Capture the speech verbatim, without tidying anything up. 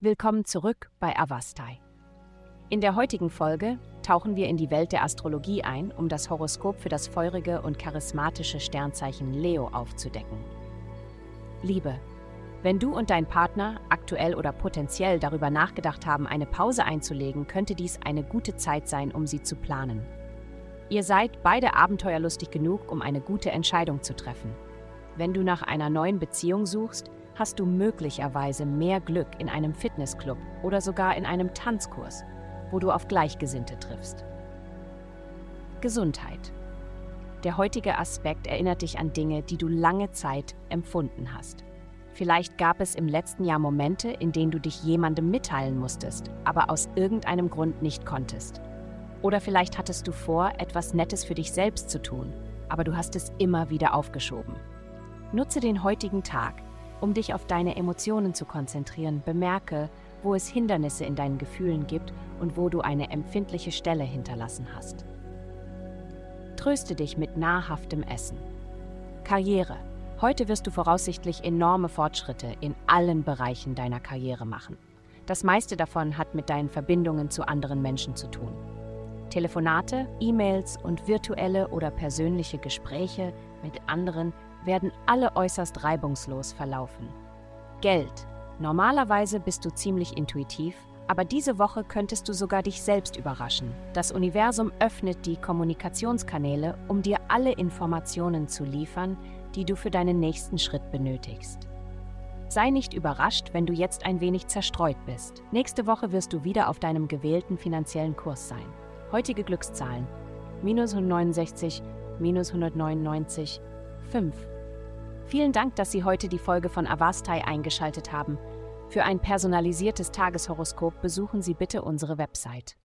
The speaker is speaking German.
Willkommen zurück bei Avastai. In der heutigen Folge tauchen wir in die Welt der Astrologie ein, um das Horoskop für das feurige und charismatische Sternzeichen Leo aufzudecken. Liebe: Wenn du und dein Partner aktuell oder potenziell darüber nachgedacht haben, eine Pause einzulegen, könnte dies eine gute Zeit sein, um sie zu planen. Ihr seid beide abenteuerlustig genug, um eine gute Entscheidung zu treffen. Wenn du nach einer neuen Beziehung suchst, hast du möglicherweise mehr Glück in einem Fitnessclub oder sogar in einem Tanzkurs, wo du auf Gleichgesinnte triffst. Gesundheit: Der heutige Aspekt erinnert dich an Dinge, die du lange Zeit empfunden hast. Vielleicht gab es im letzten Jahr Momente, in denen du dich jemandem mitteilen musstest, aber aus irgendeinem Grund nicht konntest. Oder vielleicht hattest du vor, etwas Nettes für dich selbst zu tun, aber du hast es immer wieder aufgeschoben. Nutze den heutigen Tag, um dich auf deine Emotionen zu konzentrieren. Bemerke, wo es Hindernisse in deinen Gefühlen gibt und wo du eine empfindliche Stelle hinterlassen hast. Tröste dich mit nahrhaftem Essen. Karriere: Heute wirst du voraussichtlich enorme Fortschritte in allen Bereichen deiner Karriere machen. Das meiste davon hat mit deinen Verbindungen zu anderen Menschen zu tun. Telefonate, E-Mails und virtuelle oder persönliche Gespräche mit anderen werden alle äußerst reibungslos verlaufen. Geld: Normalerweise bist du ziemlich intuitiv, aber diese Woche könntest du sogar dich selbst überraschen. Das Universum öffnet die Kommunikationskanäle, um dir alle Informationen zu liefern, die du für deinen nächsten Schritt benötigst. Sei nicht überrascht, wenn du jetzt ein wenig zerstreut bist. Nächste Woche wirst du wieder auf deinem gewählten finanziellen Kurs sein. Heutige Glückszahlen: minus hundertneunundsechzig, minus hundertneunundneunzig, fünf. Vielen Dank, dass Sie heute die Folge von Avastai eingeschaltet haben. Für ein personalisiertes Tageshoroskop besuchen Sie bitte unsere Website.